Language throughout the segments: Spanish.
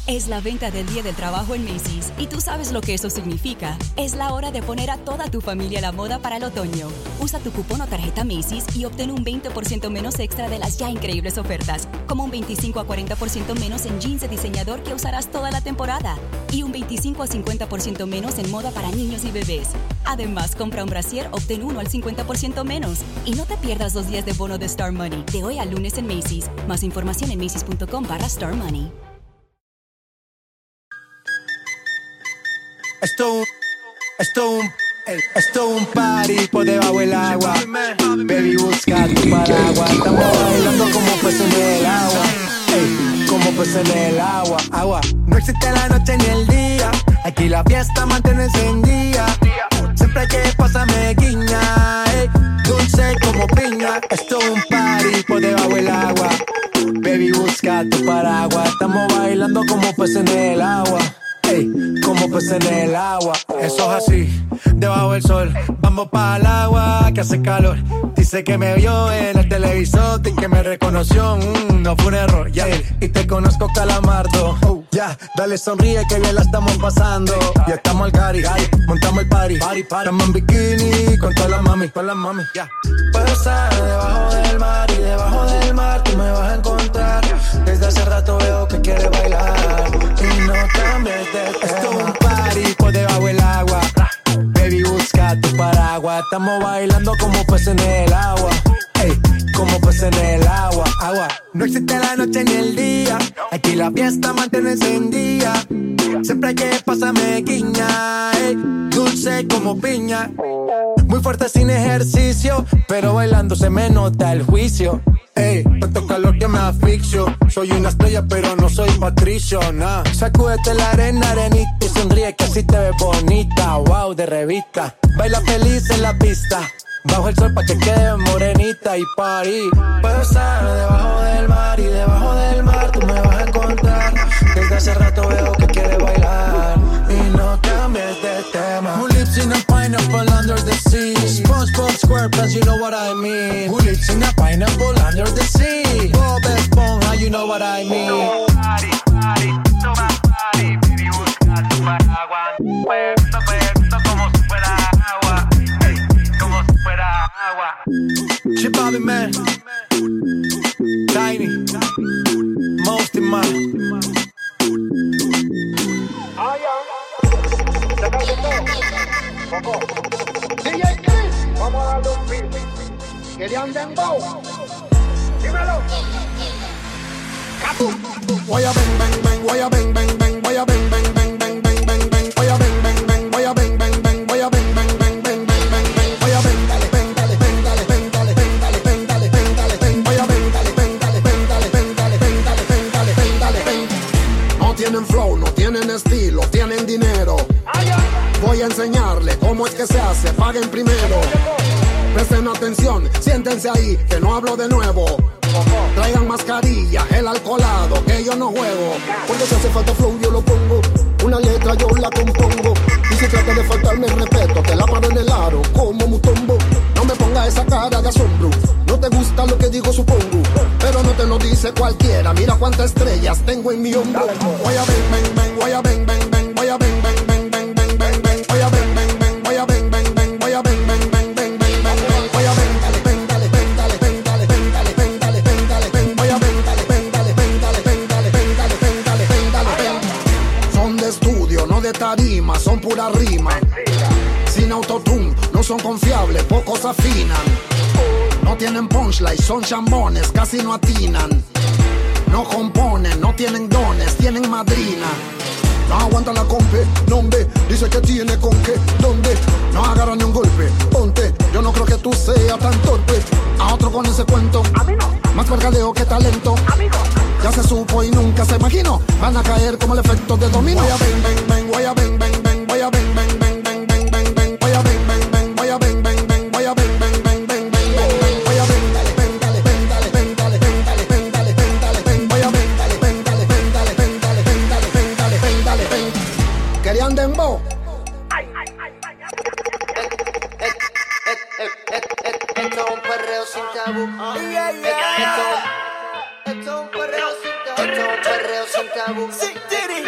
Es la venta del Día del Trabajo en Macy's y tú sabes lo que eso significa. Es la hora de poner a toda tu familia a la moda para el otoño. Usa tu cupón o tarjeta Macy's y obtén un 20% menos extra de las ya increíbles ofertas, como un 25 a 40% menos en jeans de diseñador que usarás toda la temporada y un 25 a 50% menos en moda para niños y bebés. Además, compra un brasier, obtén 1 al 50% menos. Y no te pierdas los días de bono de Star Money de hoy al lunes en Macy's. Más información en macy's.com/Star Money. Esto un party por debajo del agua. Baby, busca tu paraguas. Estamos bailando como peces en el agua. Ey, como peces en el agua. Agua. No existe la noche ni el día. Aquí la fiesta mantiene encendida. Siempre que pasa me guiña. Ey, dulce como piña. Esto un party por debajo del agua. Baby, busca tu paraguas. Estamos bailando como peces en el agua. Ey, como peces en el agua. Eso es así, debajo del sol. Vamos para el agua que hace calor. Dice que me vio en el televisor y que me reconoció. No fue un error, ya. Y te conozco, Calamardo. Ya, dale sonríe que bien la estamos pasando. Ya estamos al cari, montamos el party. Estamos en bikini con todas las mami, ya. Puedo estar debajo del mar y debajo del mar tú me vas a encontrar. Desde hace rato veo que quieres bailar y no cambies de tema. Esto es un party por debajo del agua. Baby, busca tu paraguas. Estamos bailando como peces en el agua. Ey, como peces en el agua. Agua. No existe la noche ni el día. Aquí la fiesta mantiene encendida. Siempre que pasa me guiña. Ey, dulce como piña. Muy fuerte sin ejercicio, pero bailando se me nota el juicio. Ey, tanto calor que me asfixio. Soy una estrella pero no soy Patricio, nah. Sacúdete la arena, arenita y sonríe que así te ves bonita. Wow, de revista. Baila feliz en la pista. Bajo el sol pa' que quede morenita y party. Puedo estar debajo del mar y debajo del mar tú me vas a encontrar. Desde hace rato veo que quieres bailar y no cambies de tema. Who lives in a pineapple under the sea? SpongeBob SquarePants, you know what I mean. Who lives in a pineapple under the sea? Bob Esponja, you know what I mean. Party, party, toma party, baby, busca tu paraguas. Puesto como si fuera agua, hey, como si fuera agua. Chip Bobby Man, Tiny, Most in Man. DJ Chris, vamos a darle un beat. Querían dembow. Dímelo. Capu. Voy a bang bang bang, voy a bang bang bang, voy a bang bang bang bang bang bang bang, voy a bang bang bang, voy a bang bang bang, voy a bang bang bang bang bang bang bang, voy a bang dale bang dale bang dale bang dale bang dale bang dale bang dale bang, voy a bang dale bang dale bang dale bang dale bang dale bang dale bang dale bang. No tienen flow, no tienen estilo, tienen dinero. Voy a enseñarle cómo es que se hace, paguen primero. Presten atención, siéntense ahí, que no hablo de nuevo. Traigan mascarilla, el alcoholado, que yo no juego. Cuando se hace falta flow yo lo pongo, una letra yo la compongo. Y si trata de faltarme el respeto, te la paro en el aro como mutombo. No me ponga esa cara de asombro, no te gusta lo que digo supongo. Pero no te lo dice cualquiera, mira cuántas estrellas tengo en mi hombro. Voy a bang bang bang, voy a bang bang bang, voy a bang bang bang bang bang bang bang, voy a bang bang bang, voy a bang bang bang, voy a bang bang bang bang bang bang bang, voy a bang dale bang dale bang dale bang dale bang dale bang dale bang dale bang, voy a bang dale bang dale bang dale bang dale bang dale bang dale bang dale bang. Son de estudio, no de tarima, son pura rima. Sin autotune, no son confiables, pocos afinan. No tienen punchline, son chambones, casi no atinan. No componen, no tienen dones, tienen madrina. No aguanta la compe, nombre, dice que tiene con qué, dónde. No agarra ni un golpe, ponte, yo no creo que tú seas tan torpe. A otro con ese cuento, a mí no. Más mercadeo que talento, amigo. Ya se supo y nunca se imaginó, van a caer como el efecto de dominó. Voy a bang bang bang, voy a bang bang bang, voy a bang bang bang bang bang bang bang, voy a bang bang bang, voy a bang bang bang, voy a bang bang bang bang bang bang, voy a bang dale bang dale bang dale bang dale bang dale bang dale bang dale bang, voy a bang dale bang dale bang dale bang dale bang dale bang dale bang dale bang. ¿Querían dembow? Esto es un perreo sin tabú. Esto es un perreo sin tabú.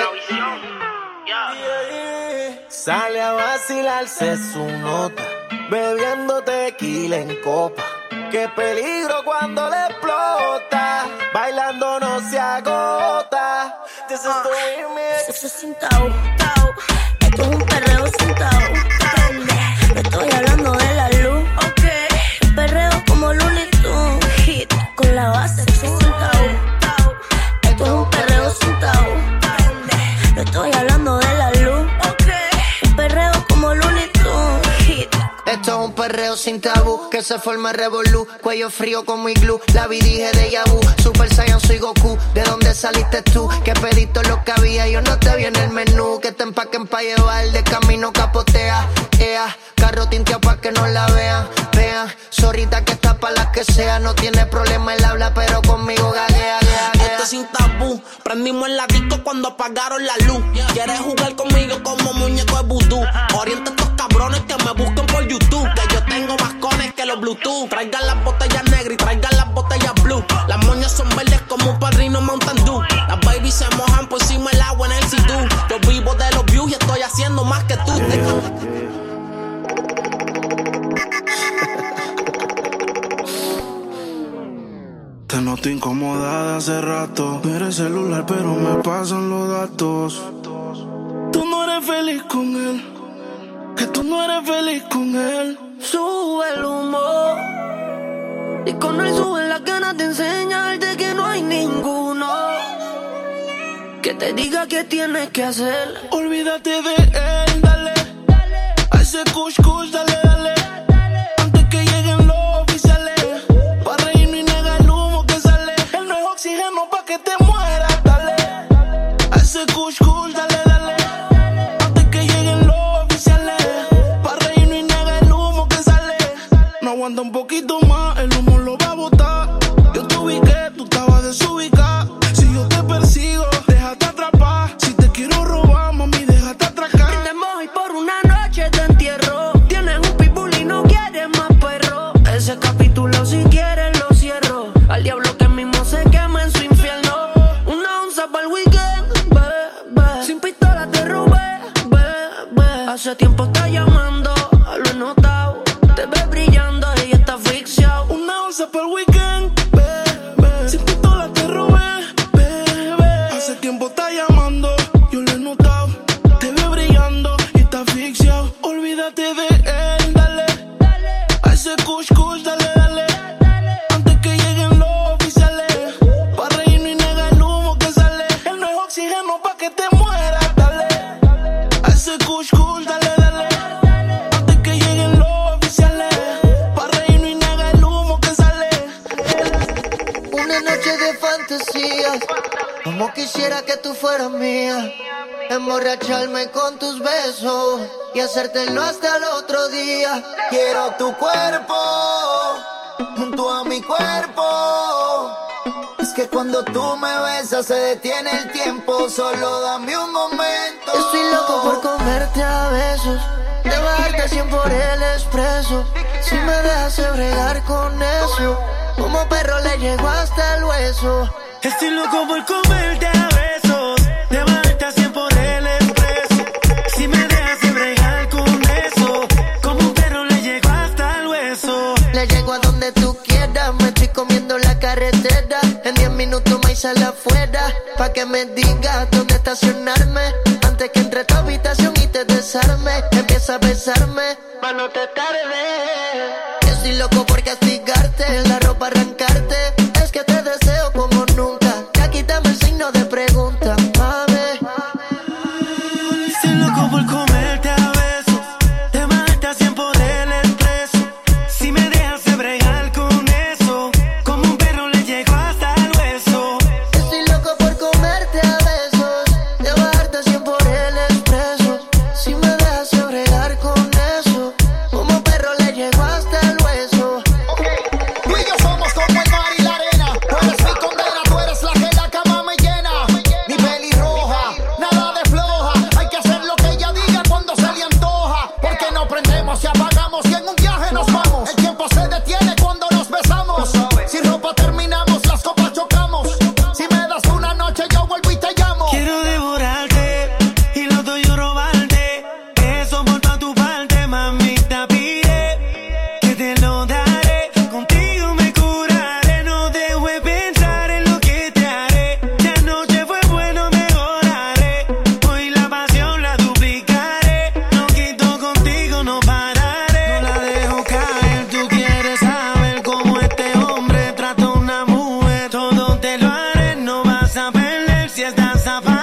Sale a vacilarse su nota, bebiendo tequila en copa. Qué peligro cuando le explota, bailando no se agota. This is the remix. Eso es sentado, esto es un perreo sentado. No estoy hablando de la luz, ok. Perreo como Looney Tunes, hit con la base sentado. Esto es un perreo sentado. No estoy hablando de la luz, ok. Perreo como Looney Tunes, hit. Esto es un perreo sin tabú, que se forma revolú, cuello frío como iglú, la vi dije de Yabu, Super Saiyan soy Goku, ¿de dónde saliste tú? Que pediste lo que había, yo no te vi en el menú, que te empaquen pa' llevar, de camino capotea, carro tinteado pa' que no la vean, zorrita que está pa' las que sea, no tiene problema el habla, pero conmigo gaguea. Esto es sin tabú, prendimos el disco cuando apagaron la luz, quieres jugar conmigo como muñeco de vudú, orienta a estos cabrones que me busquen por YouTube, que yo tengo más cones que los Bluetooth. Traigan las botellas negras y traigan las botellas blue. Las moñas son verdes como un padrino Mountain Dew. Las babies se mojan por encima del agua en el Sidú. Yo vivo de los views y estoy haciendo más que tú. Te noto incomodada hace rato. No eres celular pero me pasan los datos. Tú no eres feliz con él, que tú no eres feliz con él. Sube el humo y con él sube la ganas de enseñarte que no hay ninguno que te diga qué tienes que hacer. Olvídate de él, dale, a ese kush kush, dale, antes que lleguen los oficiales, pa' reírnos y negar el humo que sale. Él no es oxígeno pa' que te mueras, dale, a ese kush kush, dale, antes que lleguen los oficiales, pa' reírnos y negar el humo que sale. No aguanta un poquito más, el humo lo va a botar. Yo te ubiqué, tú estabas desubicada. Si yo te persigo, déjate atrapar. Si te quiero robar, mami, déjate atracar. Y te mojo y por una noche te entierro. Tienes un pitbull y no quieres más perro. Ese capítulo si quieres lo cierro. Al diablo que mismo se quema en su infierno. Una onza para el weekend, bebé. Sin pistola te robé, bebé. Hace tiempo está llamando, lo he notado. Te ves brillando y está asfixiado. Una onza para el weekend, bebé. Sin pistola te robé, bebé. Hace tiempo está llamando, yo lo he notado. Te ves brillando y está asfixiado. Olvídate de él, dale, a ese kush kush, dale, antes que lleguen los oficiales, pa' reírnos y negar el humo que sale. Él no es oxígeno pa' que te mueras, dale, a ese kush kush, dale, antes que lleguen los oficiales, pa' reírnos y negar el humo que sale. Una noche de fantasías, como quisiera que tú fueras mía. Emborracharme con tus besos y hacértelo hasta el otro día. Quiero tu cuerpo junto a mi cuerpo. Es que cuando tú me besas se detiene el tiempo. Solo dame un momento. Estoy loco por comerte a besos, de bajarte 100 por el expreso. Si me dejas bregar con eso, como perro le llego hasta el hueso. Estoy loco por comerte a besos, de bajarte a 100 por el expreso. Si me dejas bregar con eso, como un perro le llego hasta el hueso. Le llego a donde tú quieras, me estoy comiendo la carretera. En 10 minutos me sale afuera, pa' que me digas dónde estacionarme. Antes que entre a tu habitación y te desarme, empieza a besarme, pa' no te tarde. Yo estoy loco por castigarte, la ropa arrancarte. Es que te deseo como nunca, ya quítame el signo de pregunta, mami. Estoy loco por comerte a besos, de bajarte a 100 por el expreso. Si me dejas bregar con eso, como un perro le llego hasta el hueso. Estoy loco por comerte a besos, de bajarte a 100 por el expreso. Si me dejas bregar con eso, como perro le llego hasta el hueso. Tú y yo somos como el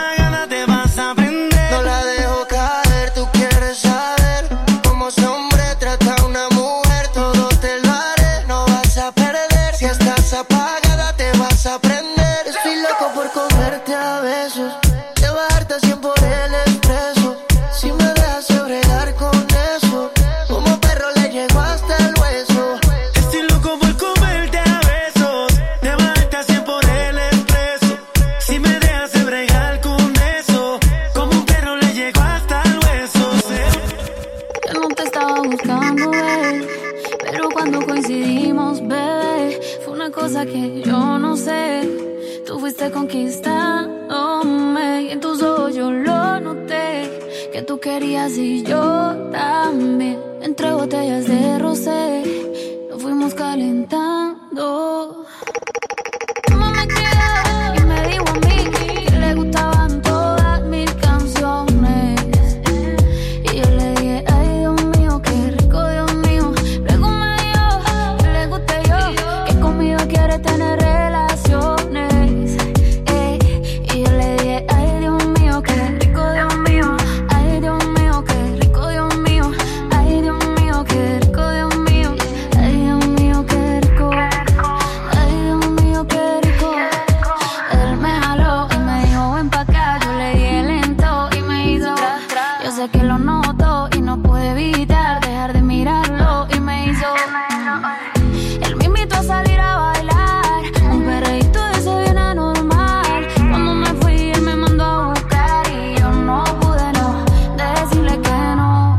apagada te vas a prender. No la dejo caer, tú quieres saber cómo ese hombre trata a una mujer. Todo te lo haré, no vas a perder. Si estás apagada te vas a prender. Estoy loco por comerte a besos, llevarte a 100 por el expreso. Si me dejas bregar con eso, como perro le llego hasta el hueso. Estoy loco por comerte a besos, llevarte a 100 por el expreso. Si me dejas bregar con eso, como un perro le llego hasta el hueso. Yo no te estaba buscando, bebé, pero cuando coincidimos, bebé, fue una cosa que yo no sé. Tú fuiste conquistándome y en tus ojos yo lo noté, que tú querías y yo también. Entre botellas de rosé nos fuimos calentando. Tu mamá me escribió y me dijo a mí que le gustaban todas mis canciones. Y yo le dije, ay Dios mío, qué rico, Dios mío. Luego me dijo que le gusté yo, que conmigo quiere tener relaciones. Y yo le dije, ay Dios mío, qué rico, Dios mío. Ay Dios mío, qué rico, Dios mío. Ay Dios mío, qué rico, Dios mío. Ay Dios mío, qué rico. Ay Dios mío, qué rico. Él me jaló y me dijo, ven pa' acá. Yo le dije lento y me hizo. Yo sé que lo noto y no pude evitar dejar de mirarlo y me hizo. Él me invitó a salir a bailar, un perreíto de ese bien anormal. Cuando me fui él me mandó a buscar y yo no pude no decirle que no.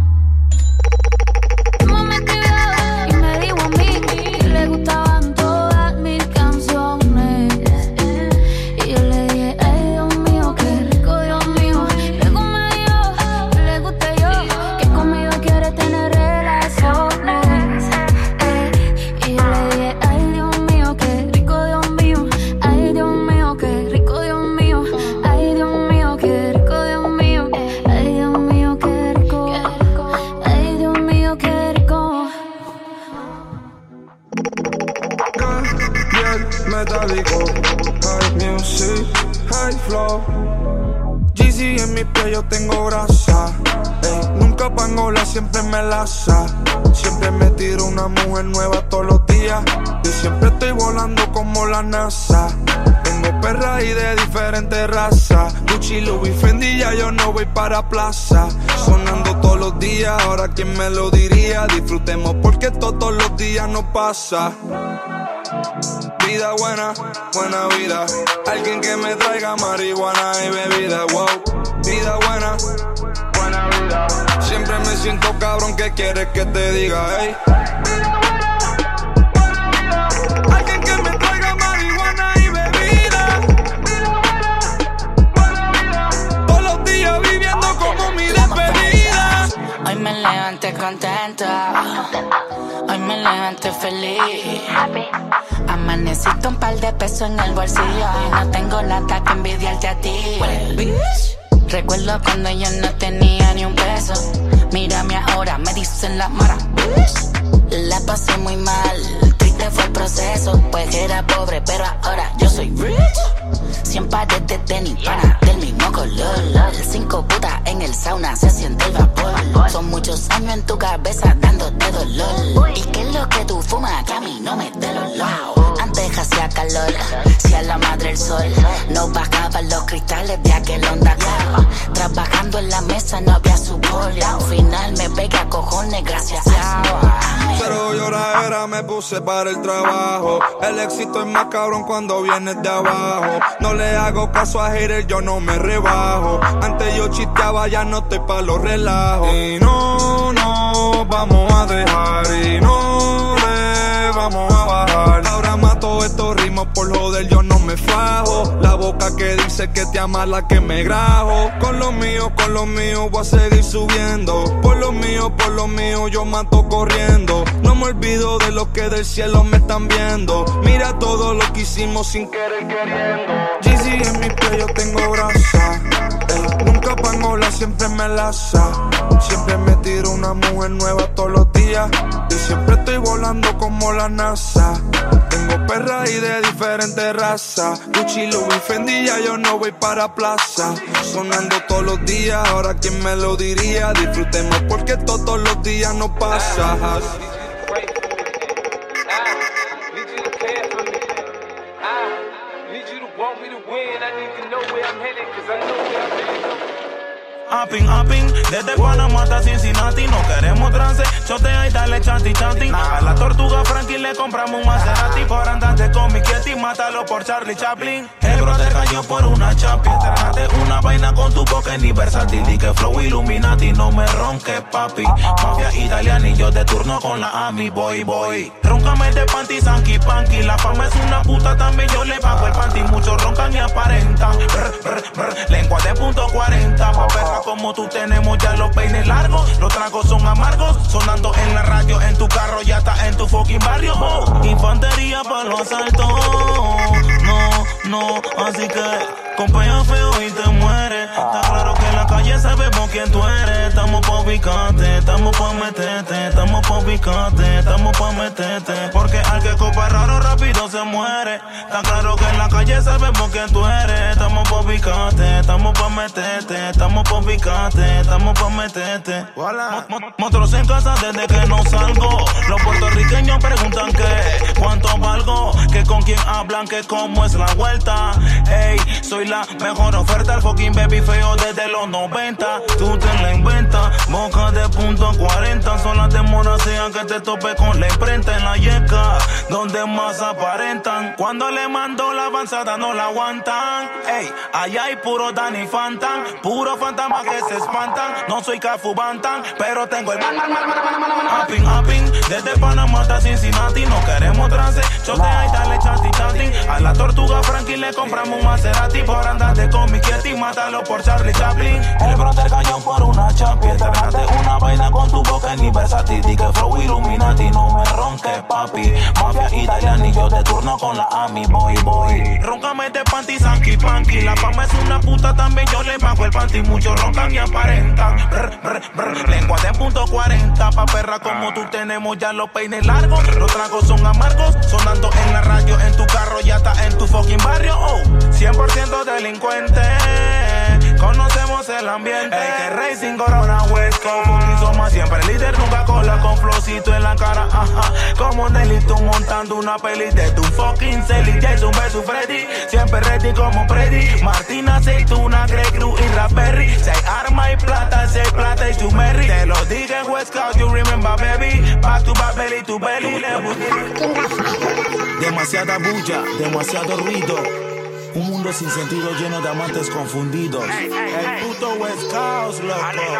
Tu mamá me escribió y me dijo a mí que le gustaban todas mis canciones. Y yo le dije, ay Dios mío, qué rico, Dios mío. Luego me dijo que le gusté yo, que conmigo quiere tener relaciones. Y yo le dije, ay Dios mío, qué rico, Dios mío. Ay Dios mío, qué rico, Dios mío. Ay Dios mío, qué rico, Dios mío. Ay Dios mío, qué rico. Ay Dios mío, qué rico. Bien metálico, high music, high flow. Jeezy en mi piel yo tengo grasa. Ey, nunca pangola, siempre me laza. Siempre me tiro una mujer nueva todos los días. Y siempre estoy volando como la NASA. Tengo perras y de diferentes razas. Gucci, Louis, Fendi, ya yo no voy para plaza. Sonando todos los días, ahora quién me lo diría. Disfrutemos porque todos los días no pasa. Vida buena, buena vida. Alguien que me traiga marihuana y bebida, wow. Vida buena, buena vida. Siempre me siento cabrón, ¿qué quieres que te diga, ey? Alguien que me traiga marihuana y bebida. Todos los días viviendo como mi despedida. Hoy me levanté contenta, hoy me levanté feliz. Amanecí con un par de pesos en el bolsillo y no tengo nada que envidiarte a ti. Recuerdo cuando yo no tenía ni un peso. Mírame ahora, me dicen la mara. La pasé muy mal, triste fue el proceso. Pues era pobre, pero ahora yo soy rich. 100 pares de tenis, pana, del mismo color. 5 putas en el sauna, se siente el vapor. Son muchos años en tu cabeza dándote dolor. ¿Y qué es lo que tú fumas que a mí no me dé el olor? Antes hacía calor, si a la madre el sol. No bajaban los cristales de aquel Honda Car. Trabajando en la mesa no había support. Al final me pegué a cojones gracias a agua. Pero lloradera me puse para el trabajo. El éxito es más cabrón cuando vienes de abajo. No le hago caso a haters, yo no me rebajo. Antes yo chisteaba, ya no estoy pa' los relajos. Y no, no, vamos a dejar. Y no le vamos a bajar. Ahora mato estos ritmos por joder, yo no me fajo. La boca que dice que te ama la que me grajo. Con lo mío voy a seguir subiendo. Por lo mío yo mato corriendo. No me olvido de los que del cielo me están viendo. Mira todo lo que hicimos sin querer queriendo. Jeezy en mi piel yo tengo grasa. Nunca pangola, siempre me laza. Siempre me tiro una mujer nueva todos los días. día. Yo siempre estoy volando como la NASA. Tengo perras y de diferentes razas. Gucci, Louis, Fendi, ya yo no voy para plaza. Sonando todos los días, ahora quién me lo diría. Disfrutemos porque todos los días no pasa. Upping, desde Panamá hasta Cincinnati. No queremos trance, chotea y dale chanti. A la tortuga Frankie le compramos un Maserati. Por andarte con mi Kitty, mátalo por Charlie Chaplin. El brother cayó por una chapi. Entrenate una vaina con tu boca ni versátil. Di que flow Illuminati, no me ronques, papi. Mafia italiana y yo de turno con la Ami, boy. Róncame de panty, sanky, panky. La fama es una puta, también yo le pago el panty. Muchos roncan y aparentan. Lengua de punto 40, pa' perra como tú tenemos ya los peines largos. Los tragos son amargos, sonando en la radio, en tu carro y hasta en tu fucking barrio. Oh, infantería para los asaltos. No, así que con peo feo y te mueres. Está claro que en la calle sabemos quién tú eres. Estamos pa' ubicarte, estamos pa' meterte. Estamos pa' ubicarte, estamos pa' meterte. Porque al que copa raro rápido se muere. Está claro que en la calle sabemos quién tú eres. Estamos pa' ubicarte, estamos pa' meterte. Estamos pa' ubicarte, estamos pa' meterte. Monstruos en casa desde que no salgo. Los puertorriqueños preguntan que cuánto valgo, que con quién hablan, que cómo es la vuelta. Ey, soy la mejor oferta, el fucking baby feo desde los 90. Tú te la inventas, boca de punto 40. Son las demoras sean que te tope con la imprenta en la yeca, donde más aparentan. Cuando le mando la avanzada no la aguantan. Ey, allá hay puro Danny Fantan, puro fantasma que se espantan. No soy Cafu Bantan, pero tengo el Upping, desde Panamá hasta Cincinnati. No queremos trance, chotea y dale chanti. A la tortuga Frankie le compramos un Maserati. Por andarte con mi Kitty, mátalo por Charlie Chaplin. El brother cayó por una chapi. Entrenate una vaina con tu boca ni versátil. Di que flow Illuminati, no me ronques, papi. Mafia italiana y yo de turno con la Ami, boy. Róncame de panty, sanky, panky. La fama es una puta, también yo le pago el panty. Muchos roncan y aparentan. Lengua de punto 40. Pa' perra como tú tenemos ya los peines largos. Los tragos son amargos, sonando en la radio, en tu carro y hasta en tu fucking barrio. Oh, 100% delincuente. Conocemos el ambiente. Que Racing Corona West Coast. Somos siempre líder, nunca cola con flowcito en la cara. Ajá. Como Nelly, tú montando una peli de tu fucking Celly. Jason vs Freddy, siempre ready como Freddy. Martina, aceituna, Greg, Gru y Raspberry. Si hay arma y plata, si hay plata y tu Merry. Te lo digo en West Coast, you remember baby. Back to back, belly to belly. Demasiada bulla, demasiado ruido. Un mundo sin sentido lleno de amantes confundidos. El puto West Coast, loco.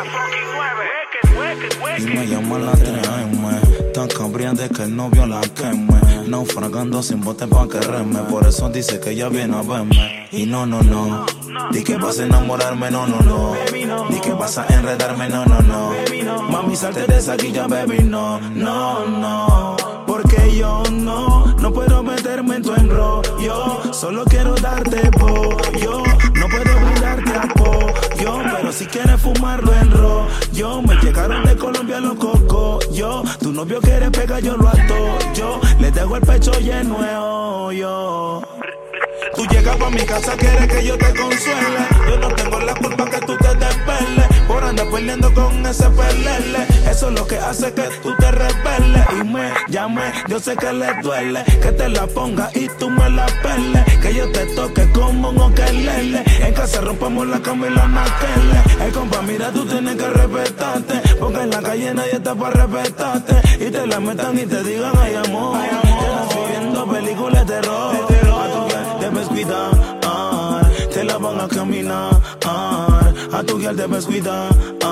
Y me llaman la 3M, tan cambriante que el novio la queme. Naufragando sin bote pa' que reme. Por eso dice que ella viene a verme. Y no. Di que vas a enamorarme, no. Di que vas a enredarme, no. Mami, salte de esa guilla, baby, no. Porque yo no puedo meterme en tu enrollo. Solo quiero darte pollo. No puedo brindarte apoyo, pero si quieres fumarlo enrollo. Me llegaron de Colombia los cocos. Tu novio quiere pegar, yo lo ato. Yo le dejo el pecho lleno de hoyo. Tú llegas pa' mi casa, quieres que yo te consuele. Yo no tengo la culpa que tú te despeles por andar peleando con ese pelele. Eso es lo que hace que tú te rebeles. Y me llame, yo sé que le duele que te la ponga y tú me la peles. Que yo te toque como un okelele. En casa rompamos la cama y la naquele. Compa, mira, tú tienes que respetarte, porque en la calle nadie está pa' respetarte. Y te la metan y te digan ay amor. Te estoy viendo películas de terror. Debes cuidar, te la van a caminar, a tu girl debes cuidar.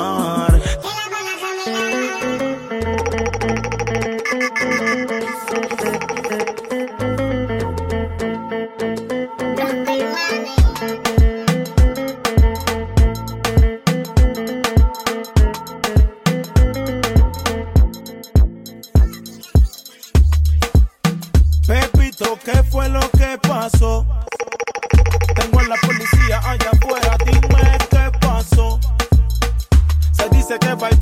Pepito, ¿qué fue lo que pasó? Tengo a la policía allá afuera, dime qué pasó. Se dice que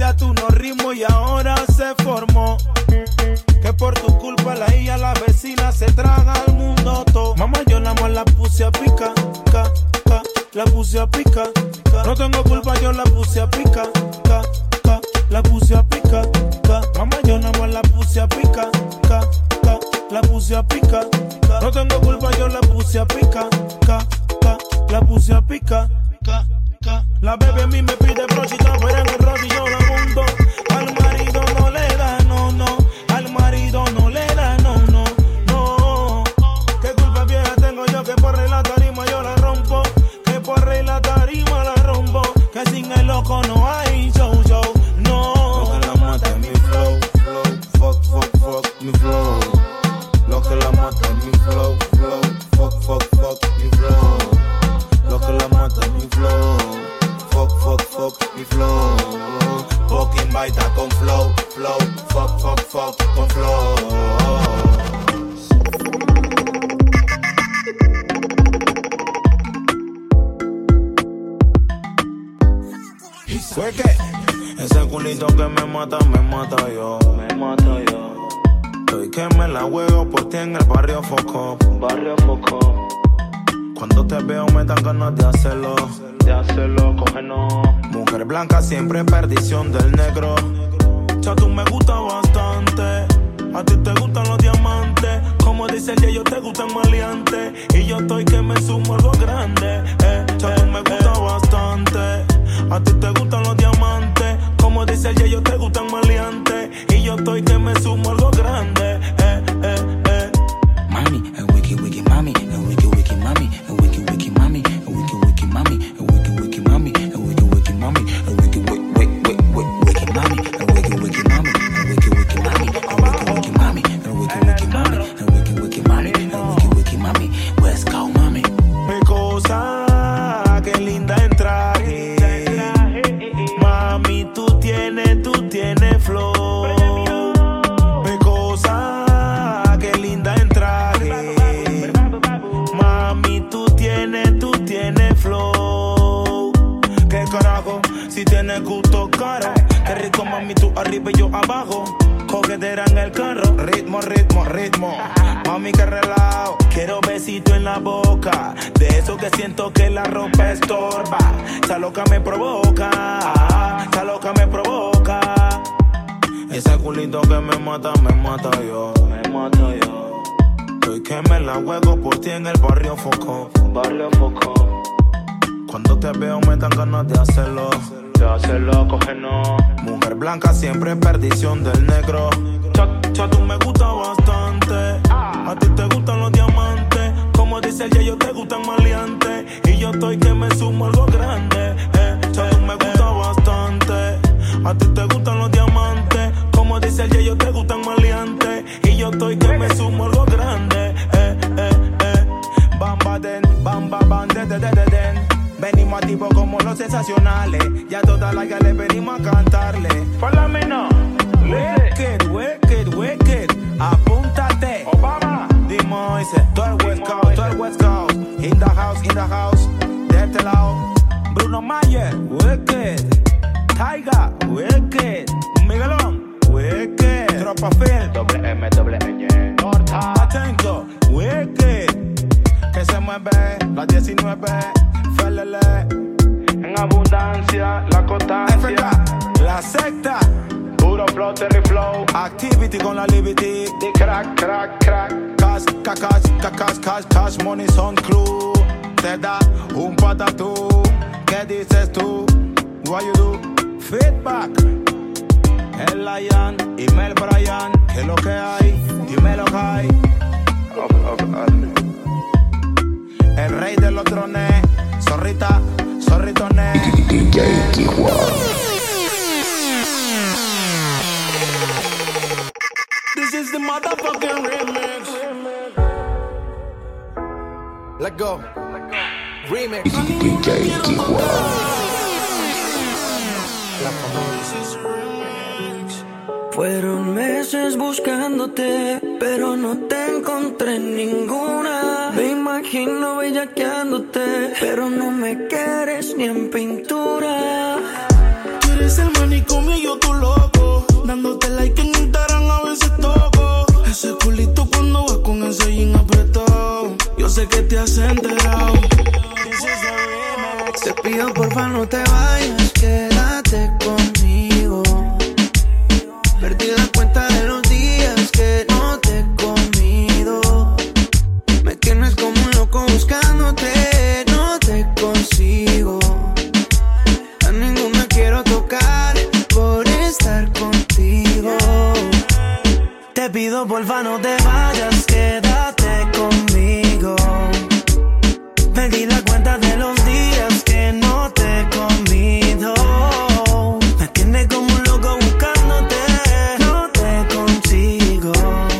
puse a pica, la puse a pica. No tengo culpa, yo la puse a pica, la puse a pica. Mamá, yo nada más la puse a pica, la puse a pica. No tengo culpa, yo la puse a pica, la puse a pica. La bebé a mí me pide brochita, pero en el rodillo la hundo. Al marido no le da, no, no. Al marido no le da, no, no, no. ¿Qué culpa vieja tengo yo que por rey la tarima yo la rompo? Que por rey la tarima la rompo. Que sin el loco no hay show, show, no. Lo que la mata es mi flow, flow, fuck, mi flow. Lo que la mata es mi flow, fuck, mi flow. Lo que la mata es mi flow, fuck, mi flow. Fucking baita con flow, fuck, con flow. ¿Fue qué? Ese culito que me mata yo. Estoy que me la juego por ti en el barrio Foco. Cuando te veo me dan ganas de hacerlo, cógenos. Mujer blanca siempre perdición del negro. Ya tú me gusta bastante. A ti te gustan los diamantes. Como dice el yo te gustan maleantes. Y yo estoy que me sumo algo grande. Ya tú me gusta bastante. A ti te gustan los diamantes. Como dice el yo te gustan maleantes. Y yo estoy que me sumo algo grande. Mami, a wiki wiki mami, a wiki wiki mami, a wiki wiki mami, a wiki wiki mami, a wiki wiki mami, a wiki wiki mami, a wiki wiki mami, a wiki wiki mami, a wiki wiki mami, a wiki wiki mami, a wiki wiki mami, a wiki wiki mami, a wiki wiki mami, West Coast mami. Mi cosa, qué linda en traje. Mami, tú tienes flow. Mi cosa, qué linda en traje. Mami, tú tienes flow. ¿Qué carajo? Si tienes gusto caro. Qué rico, mami, tú arriba y yo abajo. Coquetera en el carro. Ritmo. Mami, que relajo. Quiero besito en la boca. De eso que siento que la ropa estorba. Esa loca me provoca. Ese culito que me mata yo. Estoy que me la juego por ti en el barrio Foco. Cuando te veo me dan ganas de hacerlo, cógenos. Mujer blanca siempre perdición del negro. Ya tú me gusta bastante. A ti te gustan los diamantes. Como dice el yo te gustan maleantes. Y yo estoy que me sumo algo grande. Ya tú me gusta bastante. A ti te gustan los diamantes. Como dice el yo te gustan maleantes. Y yo estoy que me sumo algo grande. Bamba den. Venimos activos como los sensacionales. Ya todas las gales venimos a cantarle. Follow me now. Wicked. Apúntate. Obama. Dimo dice, todo el West Coast. In the house. De este lado. Bruno Mayer. Wicked. Taiga. Wicked. Miguelón. Wicked. Tropa Phil. Doble M. Norta. Atento. Wicked. Que se mueve. Las 19. Felele. En abundancia. La constancia. La secta. Puro flow, Terry Flow. Activity con la liberty. De crack. Cash, money son clue. Te da un patatú. ¿Qué dices tú? What you do? Feedback. El Lion y Mel Bryan. ¿Qué es lo que hay? Dímelo que hay. El rey de los drones. Zorritones. DJ Tijuana. This is the motherfucking remix. Let go. Remix. DJ Tijuana. Fueron meses buscándote, pero no te encontré en ninguna. Me imagino bellaqueándote, pero no me quieres ni en pintura. Tú eres el manicomio y yo tu loco. Dándote like en Instagram a veces toco. Ese culito cuando vas con ese jean apretado. Yo sé que te has enterado. Te pido porfa no te vayas, quédate conmigo. Perdí la cuenta de los días que no te he comido. Me tienes como un loco buscándote, no te consigo. A ninguna quiero tocar por estar contigo. Te pido porfa no te vayas, quédate conmigo. Perdí la cuenta de los días que no te he comido. Me tienes como un loco buscándote, no te consigo.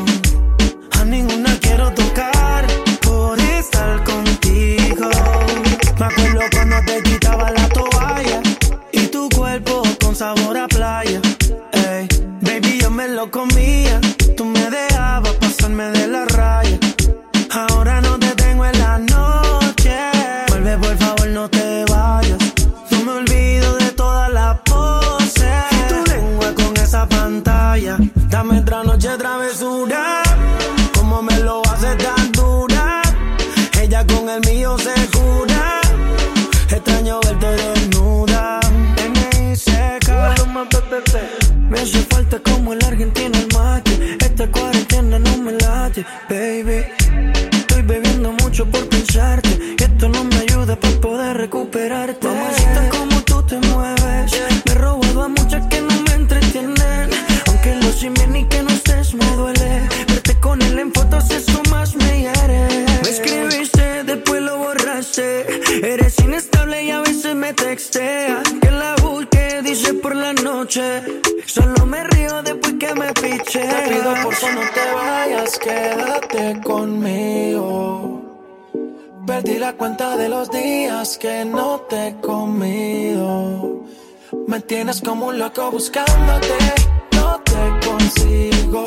A ninguna quiero tocar por estar contigo. Me acuerdo cuando te quitaba la toalla y tu cuerpo con sabor a playa. Ey, baby, yo me lo comía, tú me dejabas pasarme de la raya. Ahora no te tengo en la noche, vuelve por favor no te vayas. No me olvido de todas las poses y tu lengua con esa pantalla. Dame otra noche travesura, como me lo hace tan dura. Ella con el mío se cura, extraño verte desnuda. M.I.C.K. Me hace falta como el argentino el mate. Esta cuarentena no me late, baby. Estoy bebiendo mucho por pensarte, y esto no me ayuda para poder recuperarte. Mamacita, como tú te mueves, me he robado a muchas que no me entretienen. Aunque lo sin bien y que no estés me duele. Verte con él en fotos eso más me hiere. Me escribiste, después lo borraste. Eres inestable y a veces me texteas. Que la busque, dice por la noche. Solo me río después que me picheas. Te pido por favor no te vayas, quédate conmigo. Perdí la cuenta de los días que no te he comido. Me tienes como un loco buscándote, no te consigo.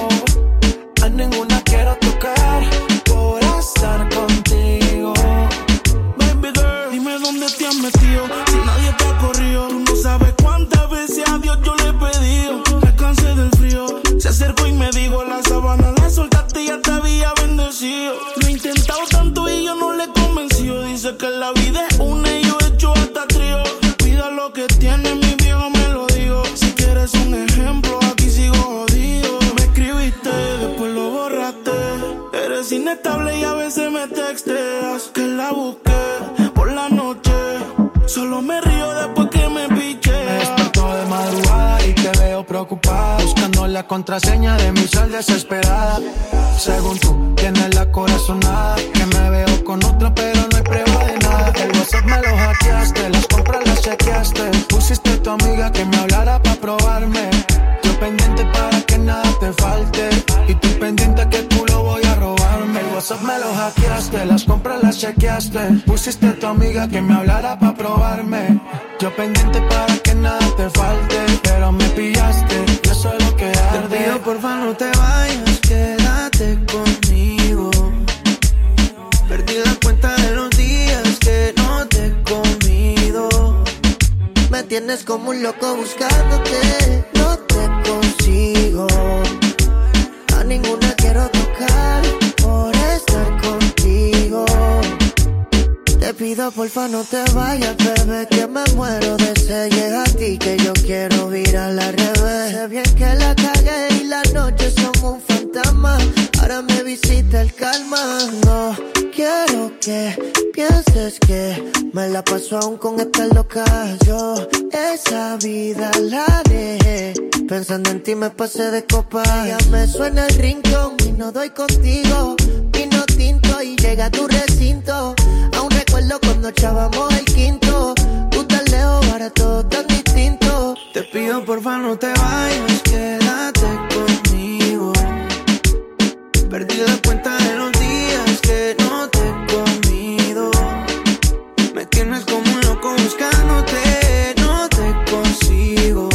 A ninguna quiero tocar por estar contigo. Baby girl, dime dónde te has metido, si nadie te ha corrido. Tú no sabes cuántas veces a Dios yo le he pedido. Me cansé del frío, se acercó y me dijo la sábana la soltaste y ya te había bendecido. Lo he intentado tanto y yo no le he convencido. Dice que la vida es una y yo he hecho hasta trío. Cuida lo que tienes, mi viejo me lo digo. Si quieres un ejemplo, aquí sigo jodido. Me escribiste, después lo borraste. Eres inestable y a veces me texteas. Que la busqué por la noche, solo me río después que me piché. Me despertó de madrugada y te veo preocupada, buscando la contraseña de mi sal desesperada. Según tú, tienes la corazonada, que me veo con otra pero no hay prueba de nada. El WhatsApp me lo hackeaste, las compras las chequeaste. Pusiste a tu amiga que me hablara pa' probarme. Yo pendiente para que nada te falte, y tú pendiente que culo voy a robarme. El WhatsApp me lo hackeaste, las compras las chequeaste. Pusiste a tu amiga que me hablara pa' probarme. Yo pendiente para que nada te falte, pero me pillaste, y eso es lo que arde. Te pido porfa no te vayas, quédate conmigo. Perdí la cuenta de los días que no te he comido. Me tienes como un loco buscándote, no te consigo. A ninguna quiero tocar por estar contigo. Te pido porfa no te vayas, bebé, que me muero de sed. Llega a ti que yo quiero virar al revés. Sé bien que la cagué y las noches son un fantasma. Ahora me visita el calma. No quiero que pienses que me la paso aún con esta loca. Yo esa vida la dejé, pensando en ti me pasé de copa. Ya me suena el rincón y no doy contigo. Vino tinto y llega a tu recinto. Aún recuerdo cuando echábamos el quinto. Tú tan lejos, ahora todo tan distinto. Te pido porfa no te vayas, quédate conmigo. Perdí la cuenta de los días que no te he comido. Me tienes como un loco buscándote, no te consigo.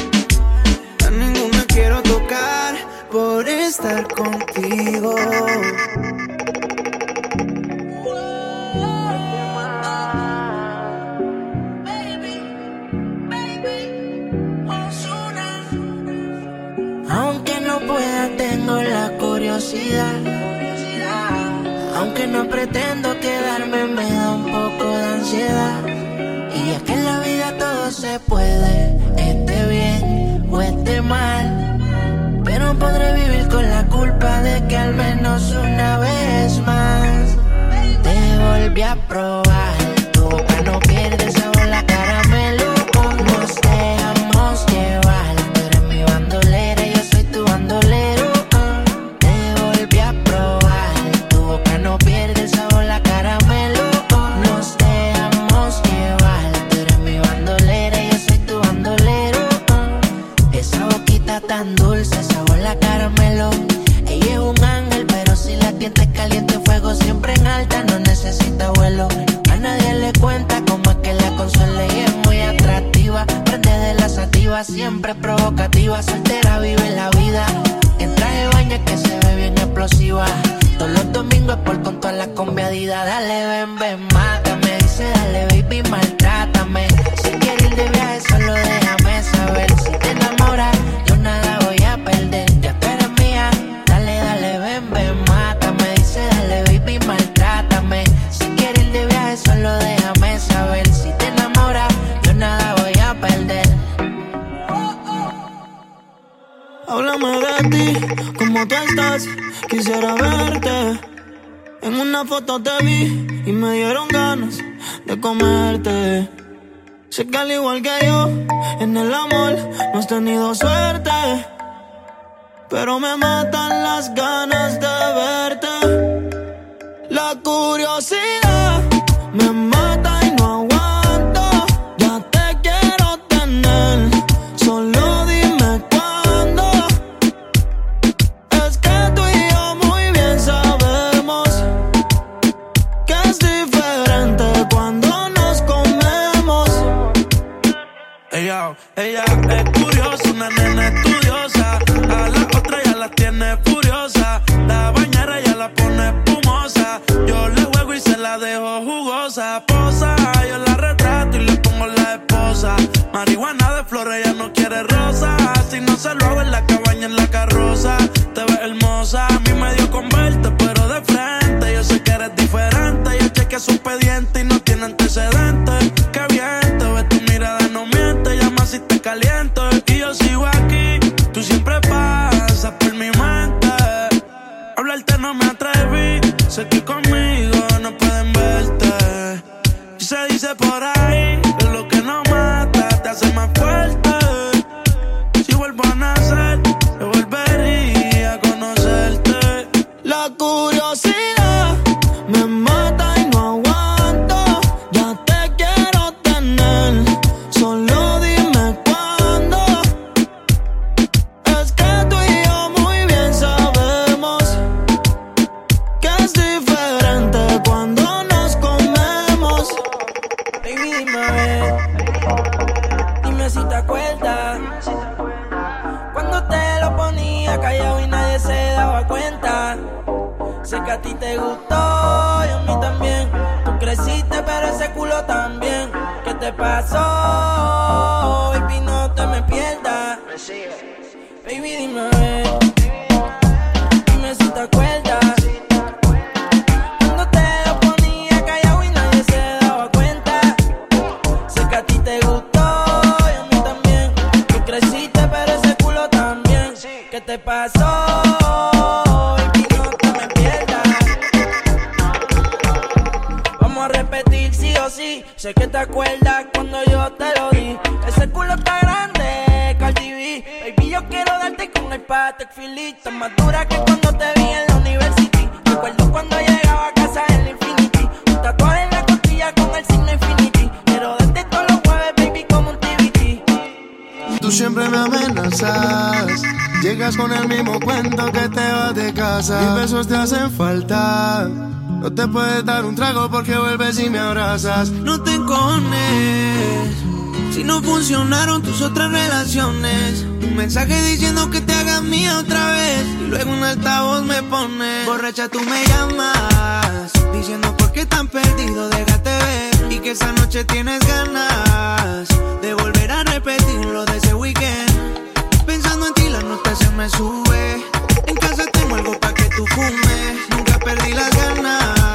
A ninguna quiero tocar por estar contigo. Aunque no pueda, tengo la curiosidad. aunque no pretendo quedarme, me da un poco de ansiedad. Y es que en la vida todo se puede, esté bien o esté mal, pero podré vivir con la culpa de que al menos una vez más te volví a probar. Tu boca no pierde sabor, la caramelo. Nos dejamos llevar. Tú eres mi bandolera, yo soy tu bandolero. Te volví a probar. Tu boca no pierde sabor, la caramelo. Nos dejamos llevar. Tú eres mi bandolera, yo soy tu bandolero. Esa boquita tan dulce, sabor la caramelo. Ella es un ángel, pero si la tientes caliente, fuego siempre en alta, no necesita vuelo. A nadie le cuenta cómo es que la consuela y es muy atractiva. Prende de la sativa, siempre provocativa. Soltera vive la vida, en traje de baño que se ve bien explosiva. Todos los domingos es por con todas las combiadidas. Dale, ven, ven, mátame. Dice, dale, baby, maltrátame. Si quieres ir de viaje, solo déjame saber. Si te enamoras, yo nada voy a perder. Ya tú eres mía. Dale, dale, ven, ven, mátame. Dice, dale, baby, maltrátame. Si quieres ir de viaje, solo déjame saber. Si te enamoras, yo nada voy a perder. Háblame de ti, cómo tú estás, quisiera verte. En una foto te vi y me dieron ganas de comerte. Sé que al igual que yo, en el amor no has tenido suerte, pero me matan las ganas de verte. La curiosidad me mata y no aguanto. Ya te quiero tener, solo dime cuándo. Es que tú y yo muy bien sabemos que es diferente cuando nos comemos. Ella es curiosa, una nena estudiosa. A la otra ya la tiene furiosa. La bañera ya la pone espumosa. Yo le juego y se la dejo jugosa. Posa, yo la retrato y le pongo la esposa. Marihuana de flores, ella no quiere rosa. Si no se lo hago en la cabaña, en la carroza. Te ves hermosa, a mí me dio con verte, pero de frente. Yo sé que eres diferente. Yo chequeé su expediente y no tiene antecedentes. Qué bien, te ves, tu mirada no miente. Llama si te caliento y yo sigo aquí. Tú siempre pasas por mi mente. Hablarte no me atreví. Sé que conmigo no pueden verte. Y se dice por ahí que lo que no mata te hace más fuerte. Si vuelvo a nacer, yo volvería a conocerte. La curiosidad me mata y no aguanto. Ya te quiero tener, solo dime cuándo. Es que tú y yo muy bien sabemos que es diferente cuando nos comemos. Baby, dime a ver, dime si te acuerdas cuando te lo ponía callado y nadie se daba cuenta. Sé que a ti te gustó y a mí también. Tú creciste pero ese culo también. ¿Qué te pasó? Baby, no te me pierdas. Baby, dime a ver, dime si te acuerdas cuando te lo ponía callado y nadie se daba cuenta. Sé que a ti te gustó y a mí también. Tú creciste pero ese culo también. ¿Qué te pasó? Baby, no te me pierdas. Vamos a repetir sí o sí. Sé que te acuerdas cuando yo te lo di. Ese culo está grande, Cardi B. Baby, yo quiero darte con el Patek Philippe. Tan más dura que cuando te vi en la university. Recuerdo cuando llegaba a casa en la Infinity. Un tatuaje en la costilla con el signo Infinity. Quiero darte todos los jueves, baby, como un TBT. Tú siempre me amenazas. Llegas con el mismo cuento que te vas de casa. Mis besos te hacen falta. No te puedes dar un trago porque vuelves y me abrazas. No te encojones si no funcionaron tus otras relaciones. Un mensaje diciendo que te hagas mía otra vez y luego un altavoz me pone. Borracha tú me llamas diciendo por qué tan perdido, déjate ver. Y que esa noche tienes ganas de volver a repetir lo de ese weekend. Pensando en ti la nota se me sube. En casa tengo algo pa' que tú fumes. Nunca perdí las ganas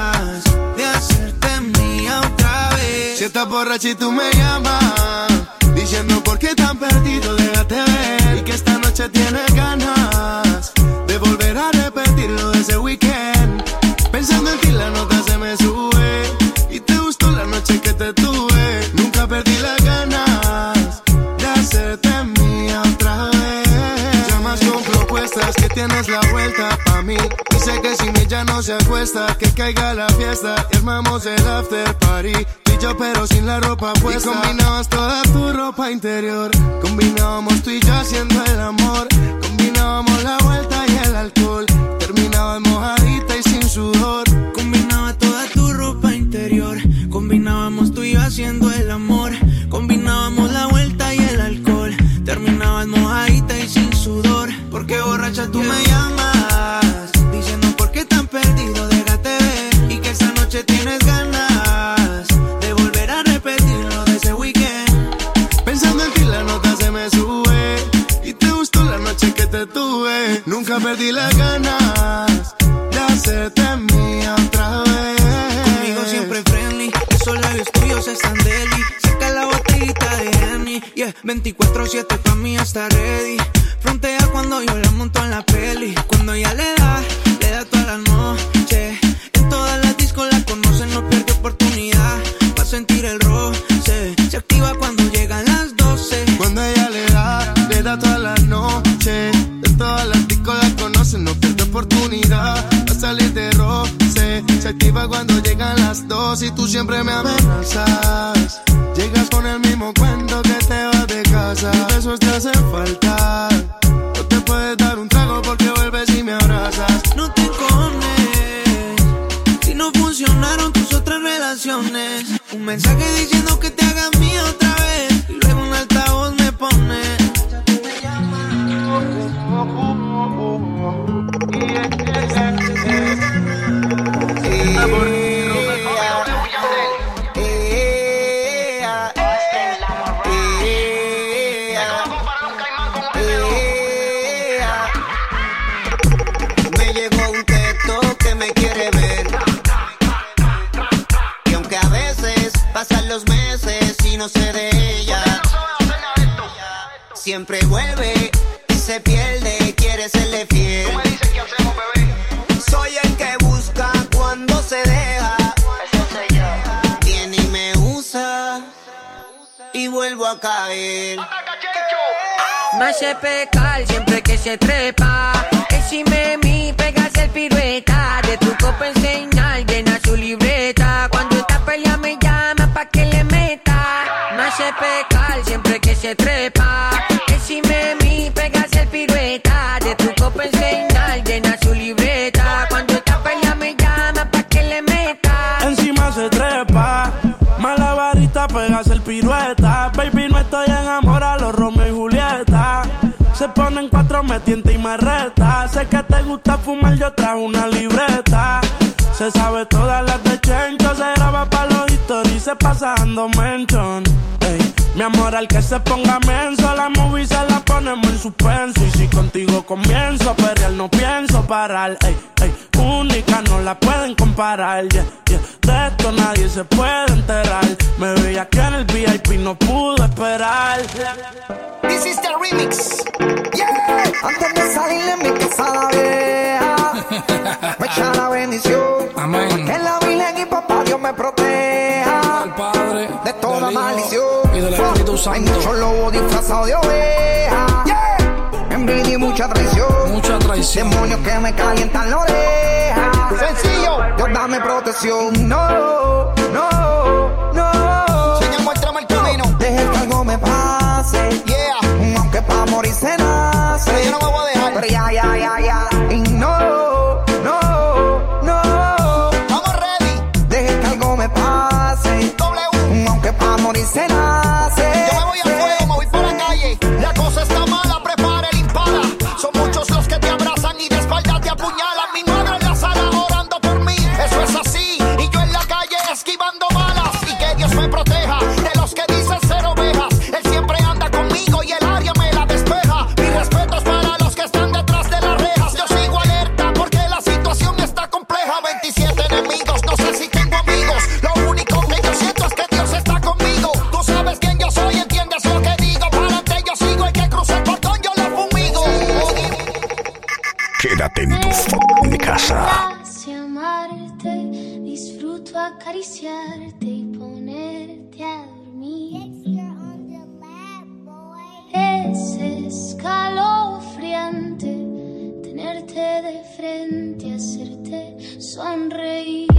borracha y tú me llamas, diciendo por qué tan perdido, déjate ver. Y que esta noche tienes ganas de volver a repetir lo de ese weekend. Pensando en ti la nota se me sube, y te gustó la noche que te tuve. Nunca perdí las ganas de hacerte mía otra vez. Llamas con propuestas que tienes la vuelta pa' mí. Dice que sin mí ya no se acuesta, que caiga la fiesta y armamos el after party. Tú y yo pero sin la ropa puesta. Y combinabas toda tu ropa interior. Combinábamos tú y yo haciendo el amor. Combinábamos la vuelta y el alcohol. Terminabas mojadita y sin sudor. Combinaba toda tu ropa interior. Combinábamos tú y yo haciendo el amor. Combinábamos la vuelta y el alcohol. Terminabas mojadita y sin sudor. Porque borracha tú me llamas, diciendo por qué tan perdido, déjate ver. Y que esta noche tienes ganas de volver a repetir lo de ese weekend. Pensando en ti la nota se me sube, y te gustó la noche que te tuve. Nunca perdí las ganas de hacerte mía otra vez. Conmigo siempre friendly, esos labios tuyos están deli. Saca la botellita de Henny, yeah, 24/7 pa' mí está ready. Frontea cuando yo la monto en la peli. Cuando ella le da toda la noche. En todas las discos la conocen, no pierde oportunidad pa' sentir el roce. Se activa cuando llegan las 12. Cuando ella le da toda la noche. En todas las discos la conocen, no pierde oportunidad pa' salir de roce. Se activa cuando llegan las 12 y tú siempre me amenazas. Llegas con el mismo cuento que te vas de casa. Besos te hacen falta. No te puedes dar un trago porque vuelves y me abrazas. No te cones si no funcionaron tus otras relaciones. Un mensaje diciendo que te hagas mía otra vez, y luego un altavoz me pone. Me llegó un texto que me quiere ver, y aunque a veces pasan los meses y no sé de ella, siempre vuelve y se pierde, quiere serle fiel. ¿Tú me dices qué hacemos, bebé? Soy el que busca cuando se deja. Eso soy yo. Viene y me usa y vuelvo a caer. Me hace pecar siempre que se trepa. Encima mi pegas el pirueta. De tu copa enseñar, llena su libreta. Cuando esta pelea me llama pa' que le meta. Me hace pecar siempre que se trepa. Encima mi pegas el pirueta. De tu copa enseñar, llena su libreta. Cuando esta pelea me llama pa' que le meta. Encima se trepa, malabarista pegas el pirueta. Baby, no estoy enamorado, los Romeo y Julieta. Se ponen cuatro, me tienta y me reta. Sé que te gusta fumar, yo trajo una libreta. Se sabe todas las de Chencho, se graba pa' los stories, se pasa dando mention. Ey, mi amor, al que se ponga menso, la movie se la ponemos en suspenso. Y si contigo comienzo a perrear, no pienso parar. Ey, ey, única, no la pueden comparar. Yeah, yeah. De esto nadie se puede enterar. Me veía que en el VIP no pude esperar. This is the remix. Yeah. Antes de salir de mi casa la vieja, me echa la bendición. Amén. Que la Virgen y papá Dios me proteja al Padre, de toda maldición y del Espíritu Santo. Hay muchos lobos disfrazados de oveja. Yeah. Envidia y mucha traición. Mucha traición. Demonios que me calientan la oreja. Sencillo. Dios dame protección. No, no, no. Señor, muéstrame el camino. Deje que algo me pase. Yeah. Aunque pa' morir se nace. Pero yo no me voy a dejar. Pero ya. Y no, no, no. Vamos ready. Deje que algo me pase. W. Aunque pa' morir se nace. Yo me voy a fuego, me voy por la calle. La cosa está mala, prepara el impala. Son muchos los que te abrazan y de espalda te apuñalan. Mi madre en la sala orando por mí. Eso es así. Y yo en la calle esquivando balas. Y que Dios me proteja de los que dicen ser ovejas. Él siempre anda conmigo. escalofriante tenerte de frente, hacerte sonreír.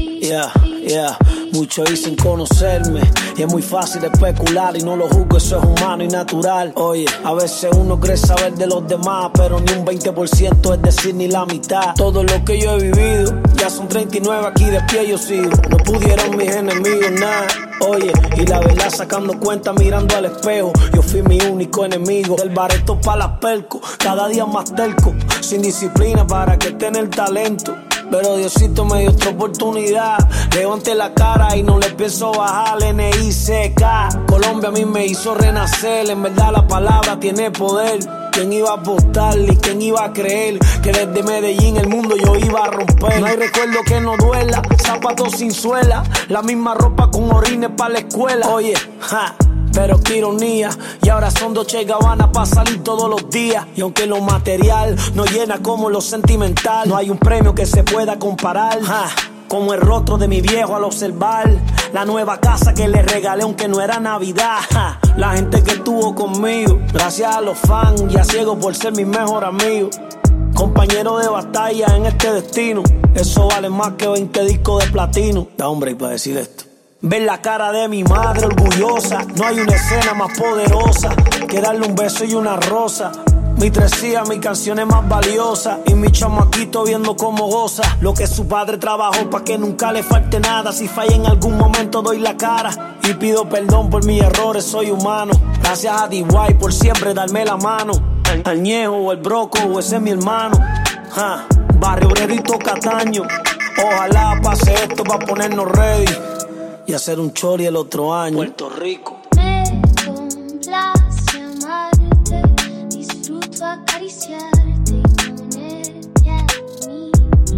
Muchos dicen conocerme y es muy fácil especular y no lo juzgo, eso es humano y natural. Oye, a veces uno cree saber de los demás, pero ni un 20%, es decir, ni la mitad. Todo lo que yo he vivido, ya son 39 aquí de pie yo sigo. No pudieron mis enemigos nada. Oye, y la verdad sacando cuenta mirando al espejo, yo fui mi único enemigo. Del bareto pa' las percos, cada día más terco, sin disciplina para que tenga el talento. Pero Diosito me dio otra oportunidad. Levanté la cara y no le pienso bajar. NICK. Colombia a mí me hizo renacer. En verdad la palabra tiene poder. ¿Quién iba a apostarle y quién iba a creer que desde Medellín el mundo yo iba a romper? No hay recuerdo que no duela, zapatos sin suela, la misma ropa con orines para la escuela. Oye, pero qué ironía, y ahora son Dolce & Gabbana para salir todos los días. Y aunque lo material no llena como lo sentimental, no hay un premio que se pueda comparar como el rostro de mi viejo al observar la nueva casa que le regalé aunque no era Navidad. La gente que estuvo conmigo, gracias a los fans y a ciego por ser mi mejor amigo, compañero de batalla en este destino. Eso vale más que 20 discos de platino. Da hombre, y para decir esto, ver la cara de mi madre orgullosa, no hay una escena más poderosa que darle un beso y una rosa. Mi tresía, mi canción es más valiosa, y mi chamaquito viendo cómo goza lo que su padre trabajó pa' que nunca le falte nada. Si falla en algún momento doy la cara y pido perdón por mis errores, soy humano. Gracias a D.Y. por siempre darme la mano. Al Ñejo o el Broco o ese es mi hermano. Barrio Obrerito Cataño. Ojalá pase esto pa' ponernos ready y hacer un chori el otro año. Puerto Rico. Me complace amarte, disfruto acariciarte y ponerte a mí.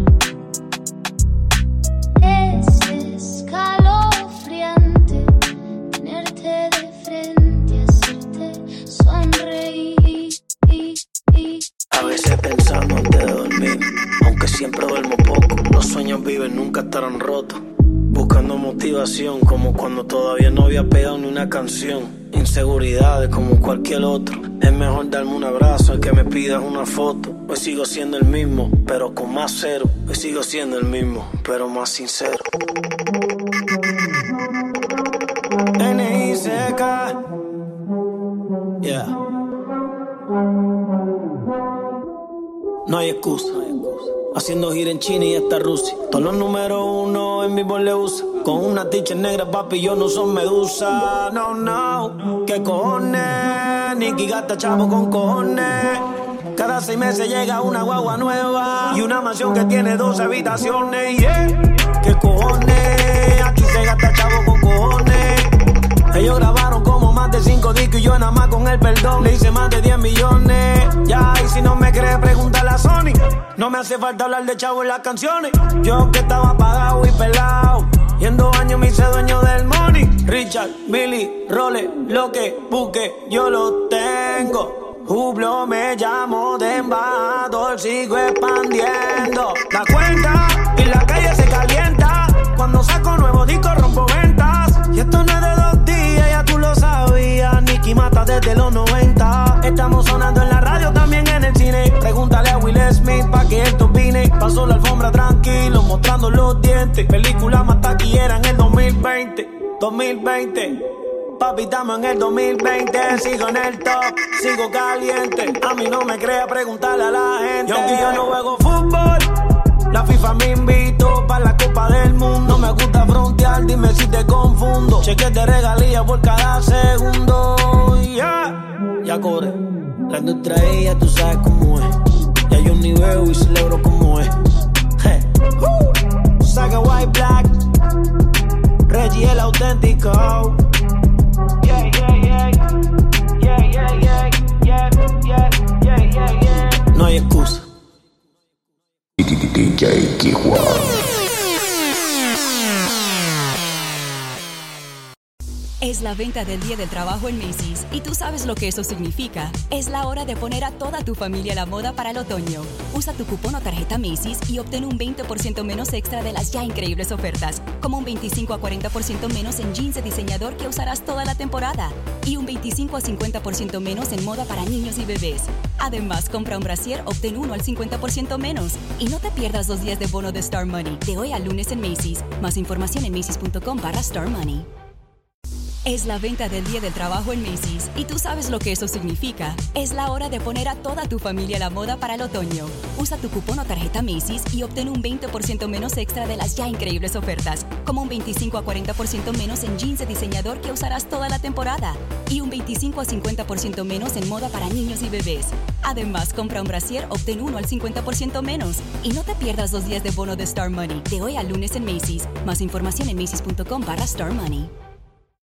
Es escalofriante tenerte de frente, hacerte sonreír. A veces pensando antes de dormir, aunque siempre duermo poco, los sueños viven, nunca estarán rotos. Buscando motivación como cuando todavía no había pegado ni una canción. Inseguridades como cualquier otro. Es mejor darme un abrazo al que me pidas una foto. Hoy sigo siendo el mismo, pero con más cero. Hoy sigo siendo el mismo, pero más sincero. NICK. No hay excusa. Haciendo gira en China y hasta Rusia. Todos los números 1 en mi le usa. Con una ticha negra, papi, yo no soy medusa. No, ¿qué cojones? Nicky gasta chavo con cojones. Cada 6 meses llega una guagua nueva y una mansión que tiene 2 habitaciones. ¿Qué cojones? Aquí se gasta chavo con cojones. Ellos grabaron como más de 5 discos y yo nada más con el perdón le hice más de 10 millones. Ya, y si no me crees, pregúntale a Sony. No me hace falta hablar de chavo en las canciones. Yo que estaba apagado y pelado, y en 2 años me hice dueño del money. Richard, Millie, Rolex, lo que busque, yo lo tengo. Jublo me llamo de embajador, sigo expandiendo la cuenta y la calle se calienta. Cuando saco nuevo disco rompo ventas. Y esto no es de 2 días, ya tú lo sabías. Nicky mata desde los 90. Estamos sonando en la radio, también en el cine. Pregúntale a Will Smith pa' que esto opine. Paso la alfombra tranquilo, mostrando los dientes. Película más taquillera en el 2020. Papi, estamos en el 2020. Sigo en el top, sigo caliente. A mí no me crea, preguntarle a la gente. Y aunque yo no juego fútbol, la FIFA me invitó para la Copa del Mundo. No me gusta frontear, dime si te confundo. Cheques de regalía por cada segundo. Ya corre. La industria ella, tú sabes cómo es. Ya yo ni veo y celebro como es. Saga White Black, Reggie el auténtico. No hay excusa. DJ Kihua. Es la venta del Día del Trabajo en Macy's y tú sabes lo que eso significa. Es la hora de poner a toda tu familia a la moda para el otoño. Usa tu cupón o tarjeta Macy's y obtén un 20% menos extra de las ya increíbles ofertas, como un 25 a 40% menos en jeans de diseñador que usarás toda la temporada y un 25 a 50% menos en moda para niños y bebés. Además, compra un brasier, obtén 1 al 50% menos. Y no te pierdas los días de bono de Star Money de hoy al lunes en Macy's. Más información en macys.com/Star Money. Es la venta del Día del Trabajo en Macy's y tú sabes lo que eso significa. Es la hora de poner a toda tu familia a la moda para el otoño. Usa tu cupón o tarjeta Macy's y obtén un 20% menos extra de las ya increíbles ofertas, como un 25 a 40% menos en jeans de diseñador que usarás toda la temporada y un 25 a 50% menos en moda para niños y bebés. Además, compra un brasier, obtén 1 al 50% menos. Y no te pierdas los días de bono de Star Money de hoy al lunes en Macy's. Más información en macys.com/Star Money.